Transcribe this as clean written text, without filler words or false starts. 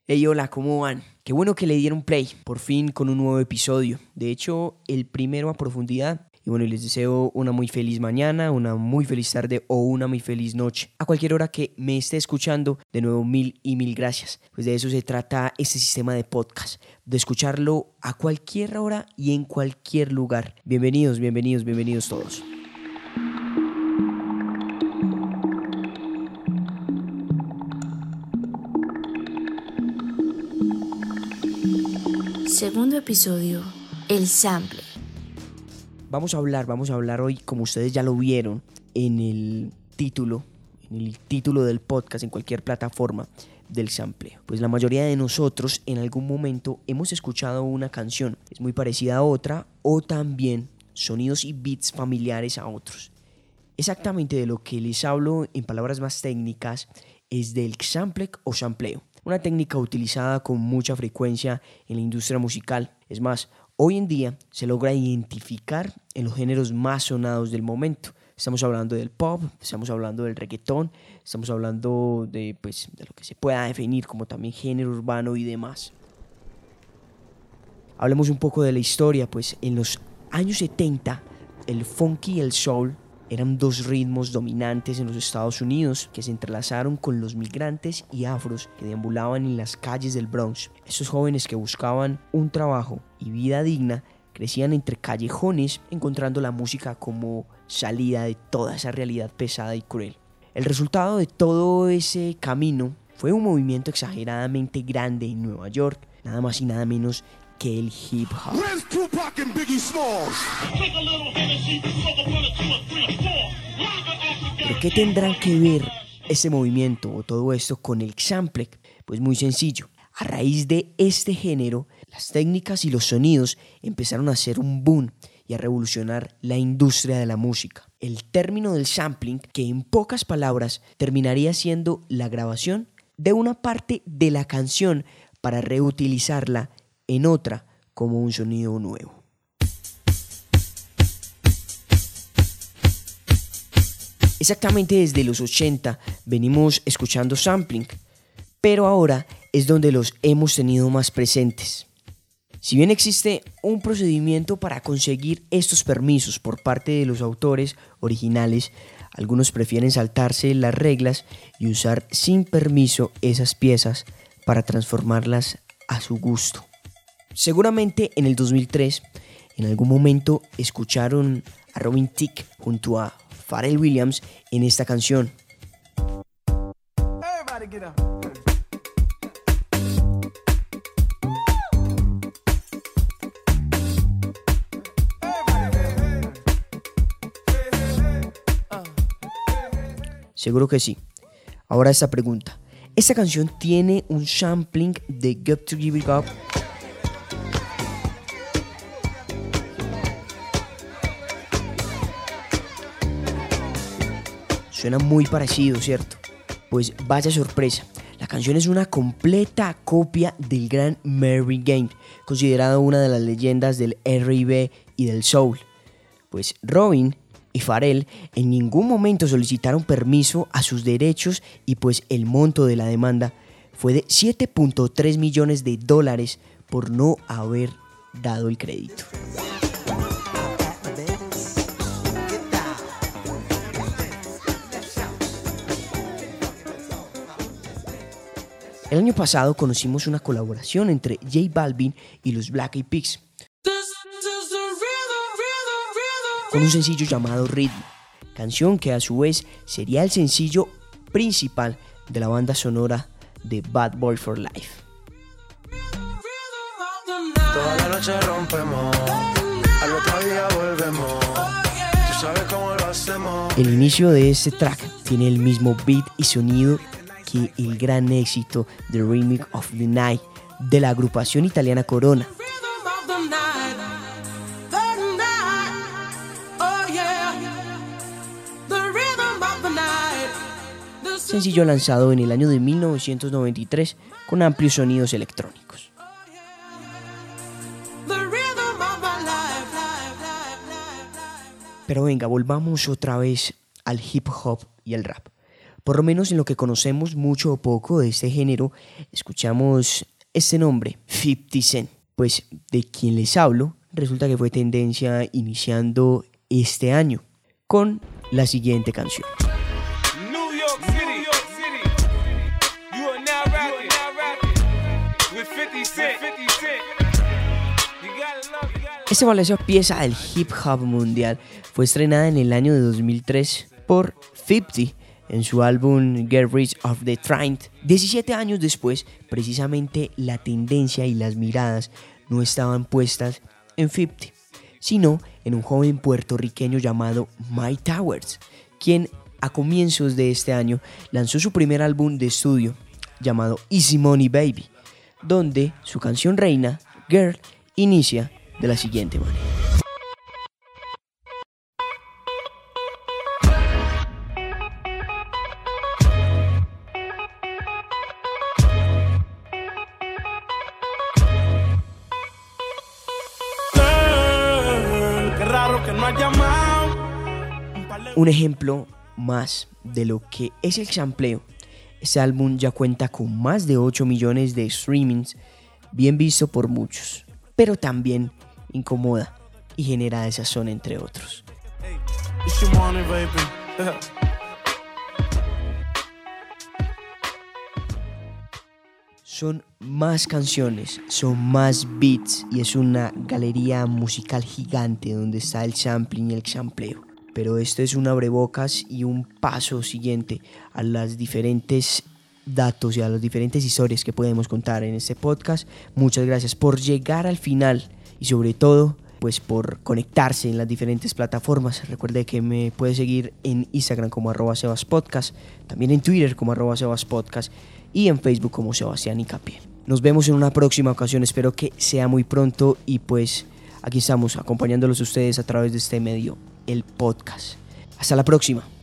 Hey, hola, ¿cómo van? Qué bueno que le dieron play, por fin con un nuevo episodio. De hecho, el primero a profundidad. Y bueno, les deseo una muy feliz mañana, una muy feliz tarde o una muy feliz noche. A cualquier hora que me esté escuchando, de nuevo mil y mil gracias. Pues de eso se trata este sistema de podcast, de escucharlo a cualquier hora y en cualquier lugar. Bienvenidos todos. Segundo episodio, el sample. Vamos a hablar hoy, como ustedes ya lo vieron en el título del podcast, en cualquier plataforma, del sampleo. Pues la mayoría de nosotros en algún momento hemos escuchado una canción, es muy parecida a otra, o también sonidos y beats familiares a otros. Exactamente de lo que les hablo en palabras más técnicas es del sample o sampleo. Una técnica utilizada con mucha frecuencia en la industria musical. Es más, hoy en día se logra identificar en los géneros más sonados del momento. Estamos hablando del pop, estamos hablando del reggaetón, estamos hablando de lo que se pueda definir como también género urbano y demás. Hablemos un poco de la historia, pues en los años 70 el funky y el soul eran dos ritmos dominantes en los Estados Unidos que se entrelazaron con los migrantes y afros que deambulaban en las calles del Bronx. Estos jóvenes que buscaban un trabajo y vida digna crecían entre callejones encontrando la música como salida de toda esa realidad pesada y cruel. El resultado de todo ese camino fue un movimiento exageradamente grande en Nueva York, nada más y nada menos que el hip hop. ¿Pero qué tendrán que ver ese movimiento o todo esto con el sample? Pues muy sencillo. A raíz de este género, las técnicas y los sonidos empezaron a hacer un boom y a revolucionar la industria de la música. El término del sampling, que en pocas palabras terminaría siendo la grabación de una parte de la canción para reutilizarla en otra como un sonido nuevo. Exactamente desde los 80 venimos escuchando sampling, pero ahora es donde los hemos tenido más presentes. Si bien existe un procedimiento para conseguir estos permisos por parte de los autores originales, algunos prefieren saltarse las reglas y usar sin permiso esas piezas para transformarlas a su gusto. Seguramente en el 2003, en algún momento escucharon a Robin Thicke junto a Pharrell Williams en esta canción. Seguro que sí. Ahora esta pregunta. Esta canción tiene un sampling de Got to Give It Up. Suena muy parecido, ¿cierto? Pues vaya sorpresa. La canción es una completa copia del gran Marvin Gaye, considerado una de las leyendas del R&B y del soul. Pues Robin y Pharrell en ningún momento solicitaron permiso a sus derechos y pues el monto de la demanda fue de $7.3 millones por no haber dado el crédito. El año pasado conocimos una colaboración entre J Balvin y los Black Eyed Peas con un sencillo llamado Rhythm, canción que a su vez sería el sencillo principal de la banda sonora de Bad Boy for Life. Toda la noche rompemos, al otro día volvemos. Tú sabes cómo lo hacemos. El inicio de este track tiene el mismo beat y sonido que el gran éxito de Rhythm of the Night de la agrupación italiana Corona. Sencillo lanzado en el año de 1993 con amplios sonidos electrónicos. Pero venga, volvamos otra vez al hip hop y al rap. Por lo menos en lo que conocemos mucho o poco de este género, escuchamos este nombre, 50 Cent. Pues de quien les hablo, resulta que fue tendencia iniciando este año con la siguiente canción. New York City. You are now rapping with 50 Cent. You gotta love it. Esta valiosa pieza del hip hop mundial fue estrenada en el año de 2003 por 50 en su álbum Get Rid of the Trend. 17 años después, precisamente la tendencia y las miradas no estaban puestas en 50, sino en un joven puertorriqueño llamado Myles Towers, quien a comienzos de este año lanzó su primer álbum de estudio llamado Easy Money Baby, donde su canción reina, Girl, inicia de la siguiente manera. Qué raro que no has llamado. Un ejemplo más de lo que es el sampleo. Este álbum ya cuenta con más de 8 millones de streamings, bien visto por muchos, pero también incomoda y genera desazón, entre otros. It's your money, baby. Son más canciones, son más beats y es una galería musical gigante donde está el sampling y el sampleo. Pero esto es un abrebocas y un paso siguiente a las diferentes datos y a las diferentes historias que podemos contar en este podcast. Muchas gracias por llegar al final y sobre todo pues por conectarse en las diferentes plataformas. Recuerde que me puede seguir en Instagram como @sebaspodcast, también en Twitter como @sebaspodcast y en Facebook como Sebastián Hincapié. Nos vemos en una próxima ocasión, espero que sea muy pronto y pues aquí estamos acompañándolos a ustedes a través de este medio, el podcast. Hasta la próxima.